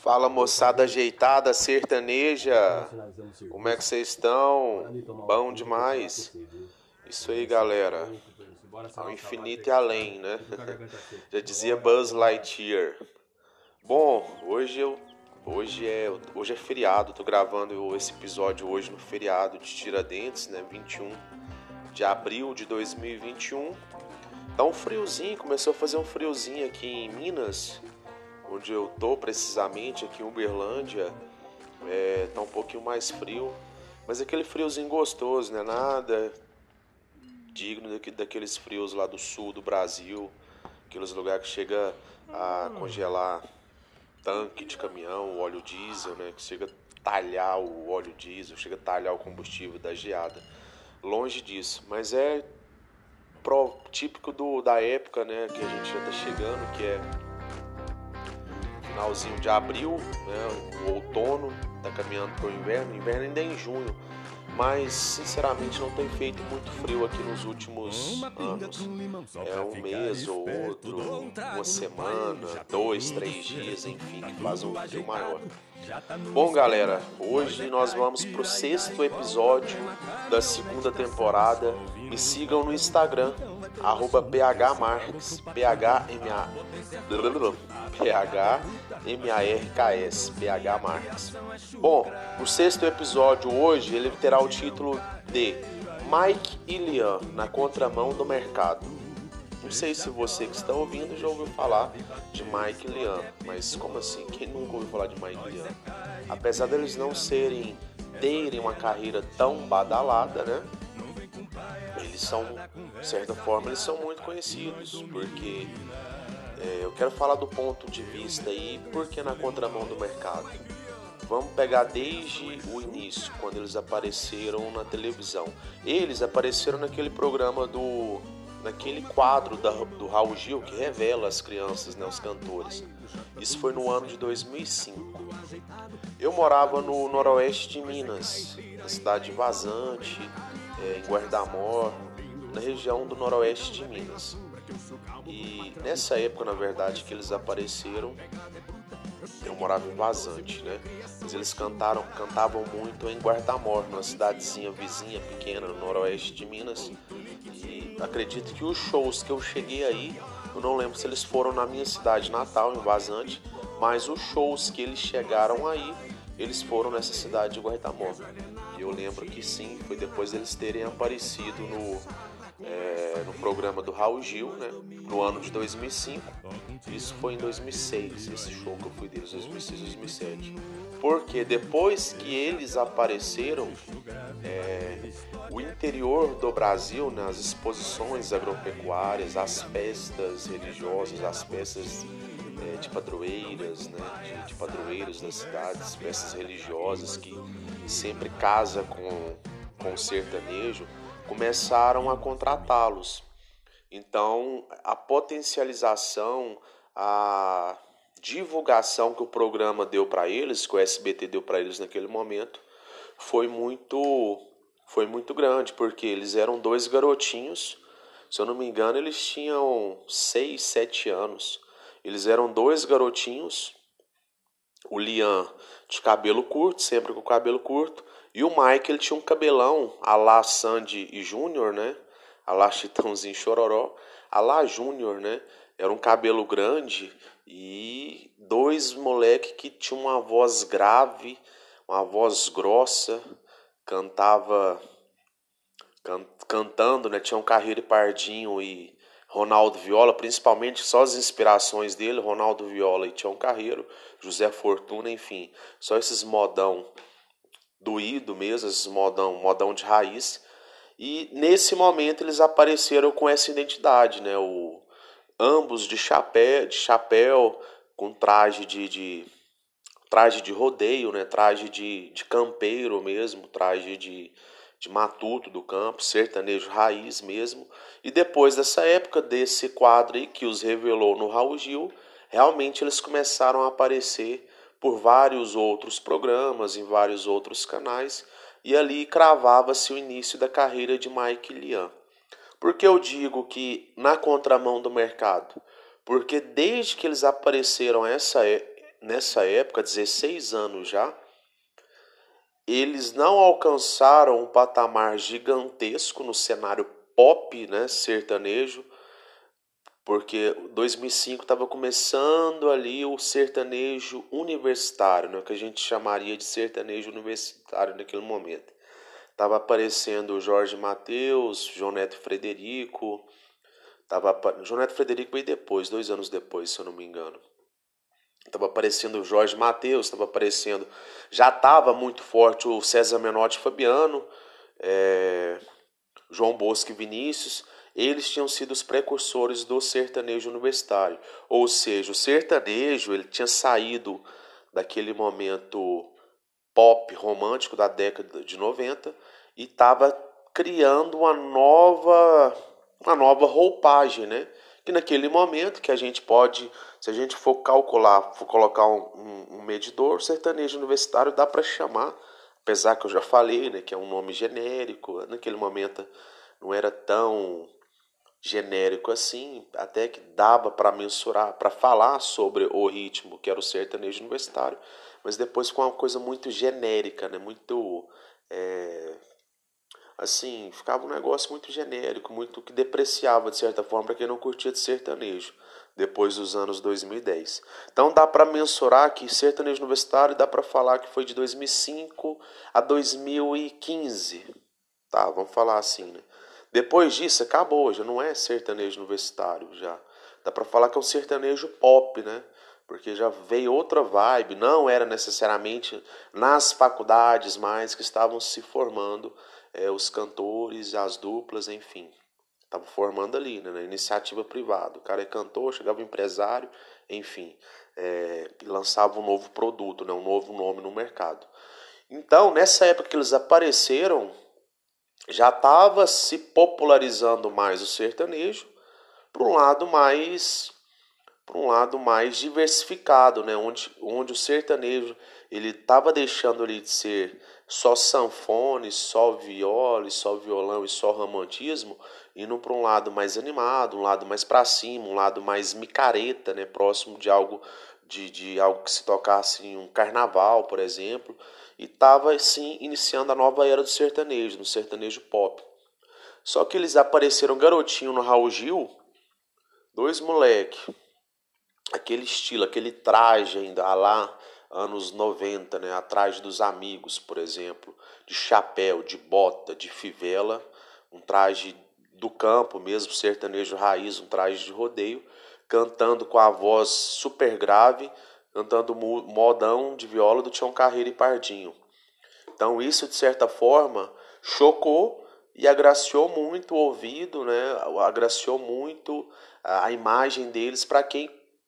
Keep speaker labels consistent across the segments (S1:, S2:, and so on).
S1: Fala moçada ajeitada, sertaneja, como é que vocês estão? Bom demais. Isso aí, galera, ao infinito e além, né? Já dizia Buzz Lightyear. Bom, hoje é feriado, tô gravando esse episódio hoje no feriado de Tiradentes, né? 21 de abril de 2021. Tá um friozinho, começou a fazer um friozinho aqui em Minas, onde eu tô precisamente, aqui em Uberlândia. Tá um pouquinho mais frio, mas aquele friozinho gostoso, né? Nada digno daqueles frios lá do sul do Brasil, aqueles lugares que chega a congelar tanque de caminhão, óleo diesel, né? Que chega a talhar o óleo diesel, chega a talhar o combustível da geada. Longe disso, mas é típico da época, né? Que a gente já tá chegando, que é finalzinho de abril, né? O outono tá caminhando pro inverno. O inverno ainda é em junho, mas sinceramente não tem feito muito frio aqui nos últimos anos. É um mês ou outro, uma semana, 2, 3 dias, enfim, que faz um frio maior. Bom, galera, hoje nós vamos pro 6º episódio da segunda temporada. Me sigam no Instagram, @phmarks, phmarks. Bom, o 6º episódio hoje ele terá o título de Mike e Liam na contramão do mercado. Não sei se você que está ouvindo já ouviu falar de Mike e Liam, mas como assim? Quem nunca ouviu falar de Mike e Liam? Apesar deles não terem uma carreira tão badalada, né? Eles são, de certa forma, eles são muito conhecidos, porque eu quero falar do ponto de vista aí, porque na contramão do mercado. Vamos pegar desde o início, quando eles apareceram na televisão. Eles apareceram naquele programa naquele quadro do Raul Gil, que revela as crianças, né, os cantores. Isso foi no ano de 2005. Eu morava no noroeste de Minas, na cidade de Vazante, em Guarda-Amor, na região do noroeste de Minas. E nessa época, na verdade, que eles apareceram, eu morava em Vazante, né? Mas eles cantavam muito em Guarda-Amor, numa cidadezinha vizinha, pequena, no noroeste de Minas. E acredito que os shows que eu cheguei aí, eu não lembro se eles foram na minha cidade natal, em Vazante, mas os shows que eles chegaram aí, eles foram nessa cidade de Guarda-Amor. E eu lembro que sim, foi depois deles terem aparecido no programa do Raul Gil, né? No ano de 2005. Isso foi em 2006, esse show que eu fui deles, 2006, 2007. Porque depois que eles apareceram, o interior do Brasil, nas exposições agropecuárias, as festas religiosas, as festas de padroeiras, né, de padroeiros das cidades, festas religiosas que sempre casa com o sertanejo, começaram a contratá-los. Então, a potencialização, a divulgação que o programa deu para eles, que o SBT deu para eles naquele momento, foi muito grande, porque eles eram dois garotinhos, se eu não me engano, eles tinham 6, 7 anos. Eles eram dois garotinhos, o Liam de cabelo curto, sempre com cabelo curto, e o Mike, ele tinha um cabelão a la Sandy e Júnior, né? A la Chitãozinho Chororó, a la Júnior, né? Era um cabelo grande e dois moleque que tinham uma voz grave, uma voz grossa, cantando, né? Tinha um Carreiro Pardinho e Ronaldo Viola, principalmente só as inspirações dele, Ronaldo Viola e Tião Carreiro, José Fortuna, enfim, só esses modão doído mesmo, esses modão de raiz. E nesse momento eles apareceram com essa identidade, né? Ambos de chapéu, com traje de rodeio, né? Traje de campeiro mesmo, traje de matuto do campo, sertanejo raiz mesmo. E depois dessa época, desse quadro aí que os revelou no Raul Gil, realmente eles começaram a aparecer por vários outros programas, em vários outros canais, e ali cravava-se o início da carreira de Mike e Liam. Por que eu digo que na contramão do mercado? Porque desde que eles apareceram nessa época, 16 anos já, eles não alcançaram um patamar gigantesco no cenário pop, né, sertanejo, porque 2005 estava começando ali o sertanejo universitário, né, que a gente chamaria de sertanejo universitário naquele momento. Tava aparecendo o Jorge Mateus, João Neto Frederico, João Neto Frederico veio depois, 2 anos depois, se eu não me engano. Tava aparecendo o Jorge Mateus, tava aparecendo... Já estava muito forte o César Menotti e Fabiano, João Bosco e Vinícius. Eles tinham sido os precursores do sertanejo universitário. Ou seja, o sertanejo ele tinha saído daquele momento pop romântico da década de 90 e estava criando uma nova roupagem, né? Que naquele momento que a gente pode, se a gente for calcular, for colocar um medidor, sertanejo universitário dá para chamar, apesar que eu já falei, né, que é um nome genérico, naquele momento não era tão genérico assim, até que dava para mensurar, para falar sobre o ritmo que era o sertanejo universitário, mas depois ficou uma coisa muito genérica, né? Muito assim, ficava um negócio muito genérico, muito que depreciava de certa forma para quem não curtia de sertanejo depois dos anos 2010. Então dá para mensurar que sertanejo universitário dá para falar que foi de 2005 a 2015, tá? Vamos falar assim, né? Depois disso acabou, já não é sertanejo universitário, já dá para falar que é um sertanejo pop, né? Porque já veio outra vibe, não era necessariamente nas faculdades mais que estavam se formando os cantores, as duplas, enfim. Estavam formando ali, né, na iniciativa privada. O cara é cantor, chegava o empresário, enfim, e lançava um novo produto, né, um novo nome no mercado. Então, nessa época que eles apareceram, já estava se popularizando mais o sertanejo para um lado mais diversificado, né? Onde o sertanejo ele estava deixando ali de ser só sanfone, só viola, só violão e só romantismo, indo para um lado mais animado, um lado mais para cima, um lado mais micareta, né? Próximo de algo de algo que se tocasse em um carnaval, por exemplo, e estava assim iniciando a nova era do sertanejo, no sertanejo pop. Só que eles apareceram garotinho no Raul Gil, dois moleque, aquele estilo, aquele traje ainda lá anos 90, né? A traje dos amigos, por exemplo, de chapéu, de bota, de fivela, um traje do campo mesmo, sertanejo raiz, um traje de rodeio, cantando com a voz super grave, cantando modão de viola do Tião Carreiro e Pardinho. Então isso, de certa forma, chocou e agraciou muito o ouvido, né? Agraciou muito a imagem deles para quem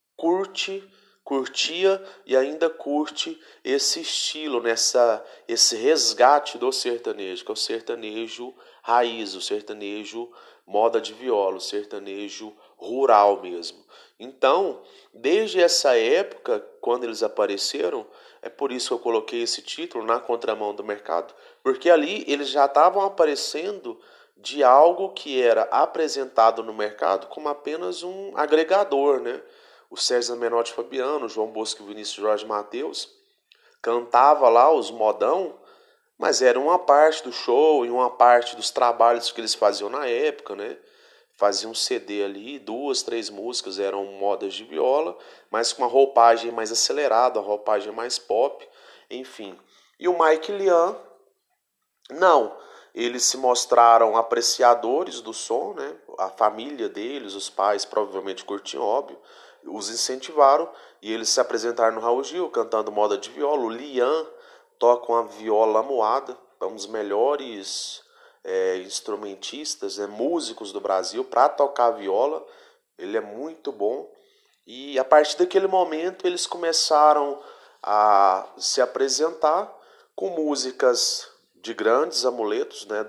S1: curtia e ainda curte esse estilo, esse resgate do sertanejo, que é o sertanejo raiz, o sertanejo moda de viola, o sertanejo rural mesmo. Então, desde essa época, quando eles apareceram, é por isso que eu coloquei esse título, Na Contramão do Mercado, porque ali eles já estavam aparecendo de algo que era apresentado no mercado como apenas um agregador, né? O César Menotti e Fabiano, o João Bosco e Vinícius Jorge Mateus cantava lá os modão, mas era uma parte do show e uma parte dos trabalhos que eles faziam na época, né? Faziam um CD ali, 2, 3 músicas eram modas de viola, mas com uma roupagem mais acelerada, uma roupagem mais pop, enfim. E o Mike e Lian, não, eles se mostraram apreciadores do som, né? A família deles, os pais provavelmente curtiam, óbvio, os incentivaram e eles se apresentaram no Raul Gil cantando moda de viola. O Lian toca uma viola moada, é um dos melhores instrumentistas, músicos do Brasil para tocar viola. Ele é muito bom. E a partir daquele momento eles começaram a se apresentar com músicas de grandes amuletos, né,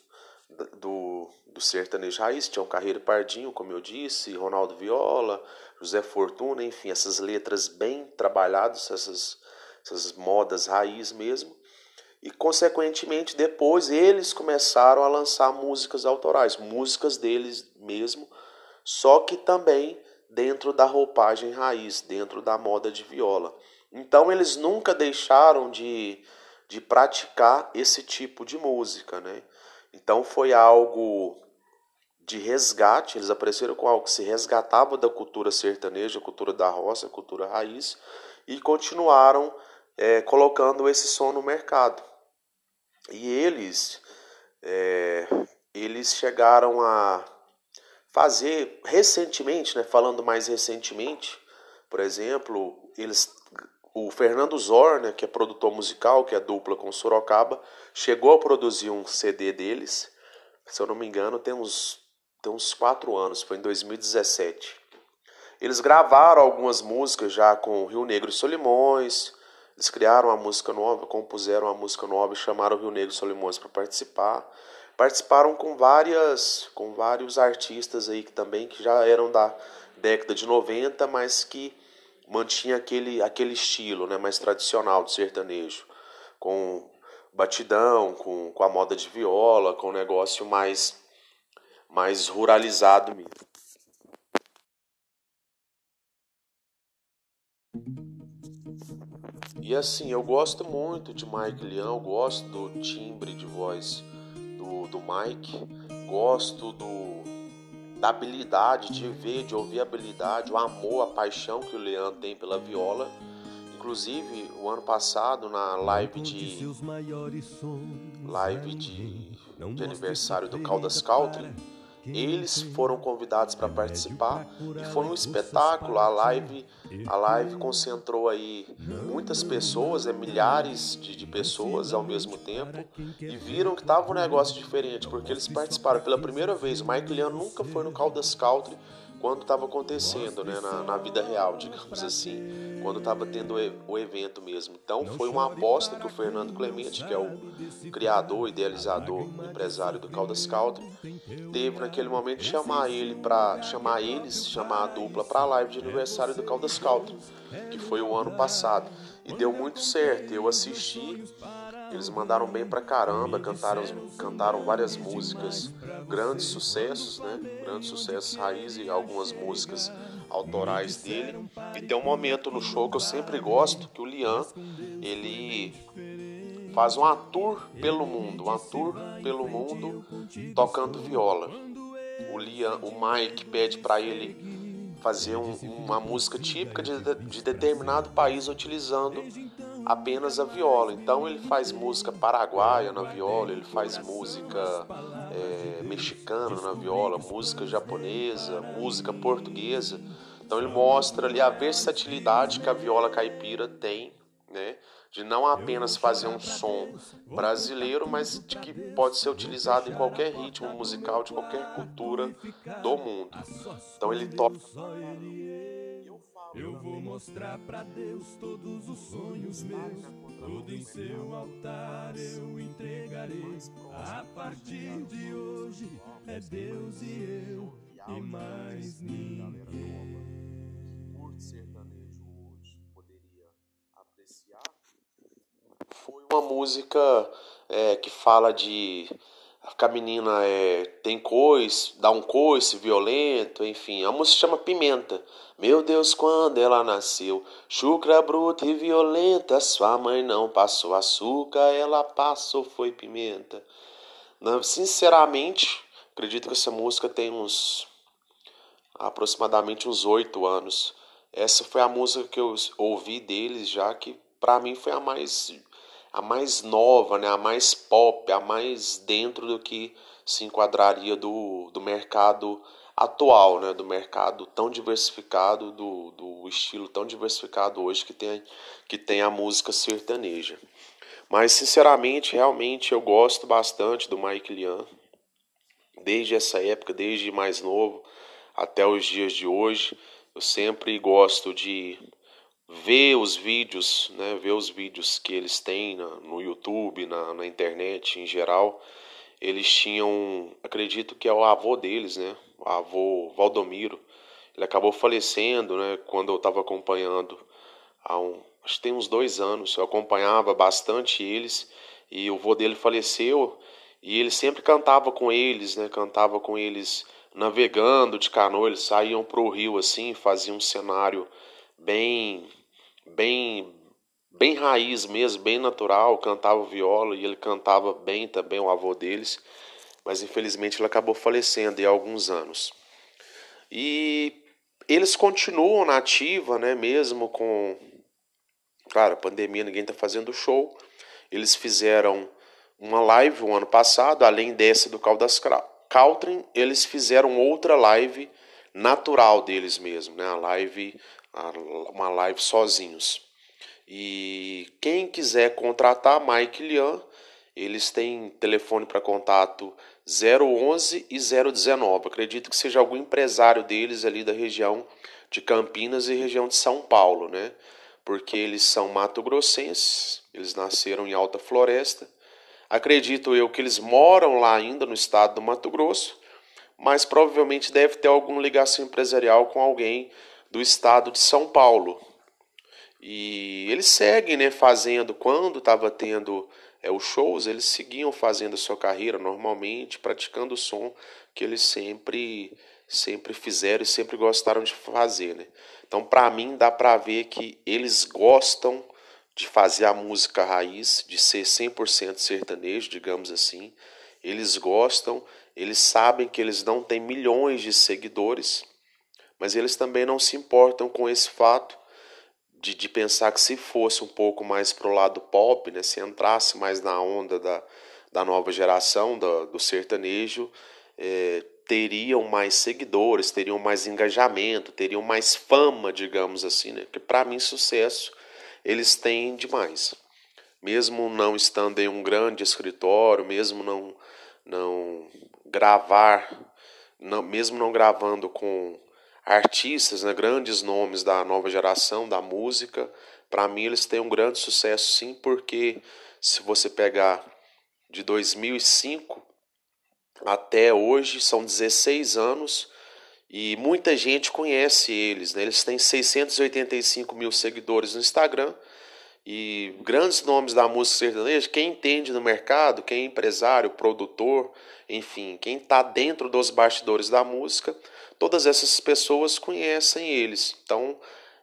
S1: do sertanejo raiz. Tião Carreiro e Pardinho, como eu disse, Ronaldo Viola, José Fortuna, enfim, essas letras bem trabalhadas, essas modas raiz mesmo. E, consequentemente, depois eles começaram a lançar músicas autorais, músicas deles mesmo, só que também dentro da roupagem raiz, dentro da moda de viola. Então eles nunca deixaram de praticar esse tipo de música, né? Então foi algo de resgate, eles apareceram com algo que se resgatava da cultura sertaneja, cultura da roça, cultura raiz, e continuaram colocando esse som no mercado. E eles chegaram a fazer recentemente, né, falando mais recentemente, por exemplo, o Fernando Zor, né, que é produtor musical, que é dupla com Sorocaba, chegou a produzir um CD deles, se eu não me engano, tem uns 4 anos, foi em 2017. Eles gravaram algumas músicas já com o Rio Negro e Solimões, eles criaram uma música nova, compuseram uma música nova e chamaram o Rio Negro e Solimões para participar. Participaram com vários artistas aí que já eram da década de 90, mas que mantinha aquele estilo, né, mais tradicional de sertanejo, com batidão, com a moda de viola, com um negócio mais ruralizado mesmo. E assim, eu gosto muito de Mike Leão, eu gosto do timbre de voz do Mike, gosto da habilidade de ver, de ouvir a habilidade, o amor, a paixão que o Leão tem pela viola. Inclusive, o ano passado, na de aniversário do Caldas Country, eles foram convidados para participar e foi um espetáculo. A live concentrou aí muitas pessoas, milhares de pessoas ao mesmo tempo, e viram que estava um negócio diferente, porque eles participaram pela primeira vez. O Mike Leão nunca foi no Caldas Country quando estava acontecendo, né, na vida real, digamos assim, quando estava tendo o evento mesmo. Então foi uma aposta que o Fernando Clemente, que é o criador, idealizador, empresário do Caldas Country, teve naquele momento de chamar a dupla para a live de aniversário do Caldas Country, que foi o ano passado, e deu muito certo. Eu assisti, eles mandaram bem pra caramba, cantaram várias músicas, grandes sucessos, né? Grandes sucessos raiz e algumas músicas autorais dele. E tem um momento no show que eu sempre gosto, que o Liam, ele faz uma tour pelo mundo, tocando viola. O Mike pede para ele fazer uma música típica de determinado país utilizando apenas a viola. Então ele faz música paraguaia na viola, ele faz música mexicana na viola, música japonesa, música portuguesa. Então ele mostra ali a versatilidade que a viola caipira tem, né? De não apenas fazer um som brasileiro, mas de que pode ser utilizado em qualquer ritmo musical de qualquer cultura do mundo. Então ele toca.
S2: Eu vou mostrar pra Deus todos os sonhos meus, tudo em seu altar eu entregarei. A partir de hoje é Deus e eu e mais ninguém.
S1: Foi uma música que fala que a menina tem coice, dá um coice violento, enfim. A música se chama Pimenta. Meu Deus, quando ela nasceu, chucra bruta e violenta, sua mãe não passou açúcar, ela passou foi pimenta. Sinceramente, acredito que essa música tem aproximadamente uns 8 anos. Essa foi a música que eu ouvi deles já, que pra mim foi a mais nova, né? A mais pop, a mais dentro do que se enquadraria do mercado atual, né? Do mercado tão diversificado, do estilo tão diversificado hoje que tem a música sertaneja. Mas, sinceramente, realmente eu gosto bastante do Mike Leão, desde essa época, desde mais novo até os dias de hoje. Eu sempre gosto de ver os vídeos, né, ver os vídeos que eles têm no YouTube, na internet em geral. Eles tinham, acredito que é o avô deles, né, o avô Valdomiro. Ele acabou falecendo, né, quando eu estava acompanhando acho que tem uns 2 anos. Eu acompanhava bastante eles e o avô dele faleceu e ele sempre cantava com eles, né, cantava com eles navegando de canoa, eles saíam pro rio assim, faziam um cenário bem, bem, bem raiz mesmo, bem natural, cantava viola e ele cantava bem também, o avô deles, mas infelizmente ele acabou falecendo há alguns anos. E eles continuam na ativa, né, mesmo com, claro, a pandemia, ninguém tá fazendo show. Eles fizeram uma live o ano passado, além dessa do Caldas Caltrin, eles fizeram outra live natural deles mesmo, né? Uma live sozinhos. E quem quiser contratar Mike e Lian, eles têm telefone para contato 011 e 019. Acredito que seja algum empresário deles ali da região de Campinas e região de São Paulo, né? Porque eles são mato-grossenses, eles nasceram em Alta Floresta. Acredito eu que eles moram lá ainda no estado do Mato Grosso, mas provavelmente deve ter alguma ligação empresarial com alguém do estado de São Paulo. E eles seguem, né, fazendo, quando estava tendo os shows, eles seguiam fazendo a sua carreira normalmente, praticando o som que eles sempre fizeram e sempre gostaram de fazer, né? Então, para mim, dá para ver que eles gostam de fazer a música raiz, de ser 100% sertanejo, digamos assim. Eles gostam, eles sabem que eles não têm milhões de seguidores, mas eles também não se importam com esse fato de pensar que se fosse um pouco mais pro lado pop, né, se entrasse mais na onda da nova geração, do sertanejo, teriam mais seguidores, teriam mais engajamento, teriam mais fama, digamos assim, né? Porque para mim sucesso eles têm demais. Mesmo não estando em um grande escritório, mesmo não gravar, mesmo não gravando com artistas, né, grandes nomes da nova geração da música, para mim eles têm um grande sucesso sim, porque se você pegar de 2005 até hoje, são 16 anos e muita gente conhece eles, né? Eles têm 685 mil seguidores no Instagram e grandes nomes da música sertaneja. Quem entende no mercado, quem é empresário, produtor, enfim, quem está dentro dos bastidores da música, todas essas pessoas conhecem eles. Então,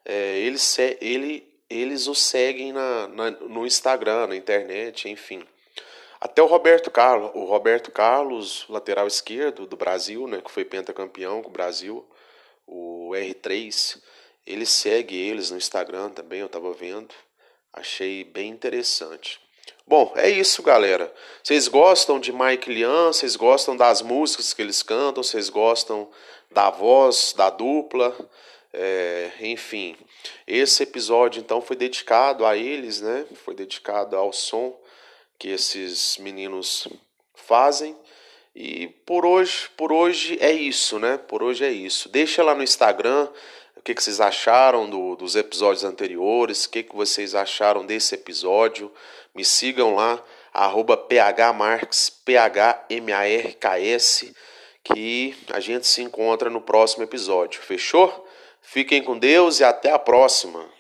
S1: eles o seguem no Instagram, na internet, enfim. Até o Roberto Carlos, lateral esquerdo do Brasil, né, que foi pentacampeão com o Brasil, o R3, ele segue eles no Instagram também, eu estava vendo. Achei bem interessante. Bom, é isso, galera. Vocês gostam de Mike Lian? Vocês gostam das músicas que eles cantam? Vocês gostam da voz, da dupla? Enfim, esse episódio então foi dedicado a eles, né? Foi dedicado ao som que esses meninos fazem. E por hoje é isso, né? Por hoje é isso. Deixa lá no Instagram o que vocês acharam dos episódios anteriores, o que vocês acharam desse episódio. Me sigam lá, @phmarks, PHMARKS, que a gente se encontra no próximo episódio. Fechou? Fiquem com Deus e até a próxima.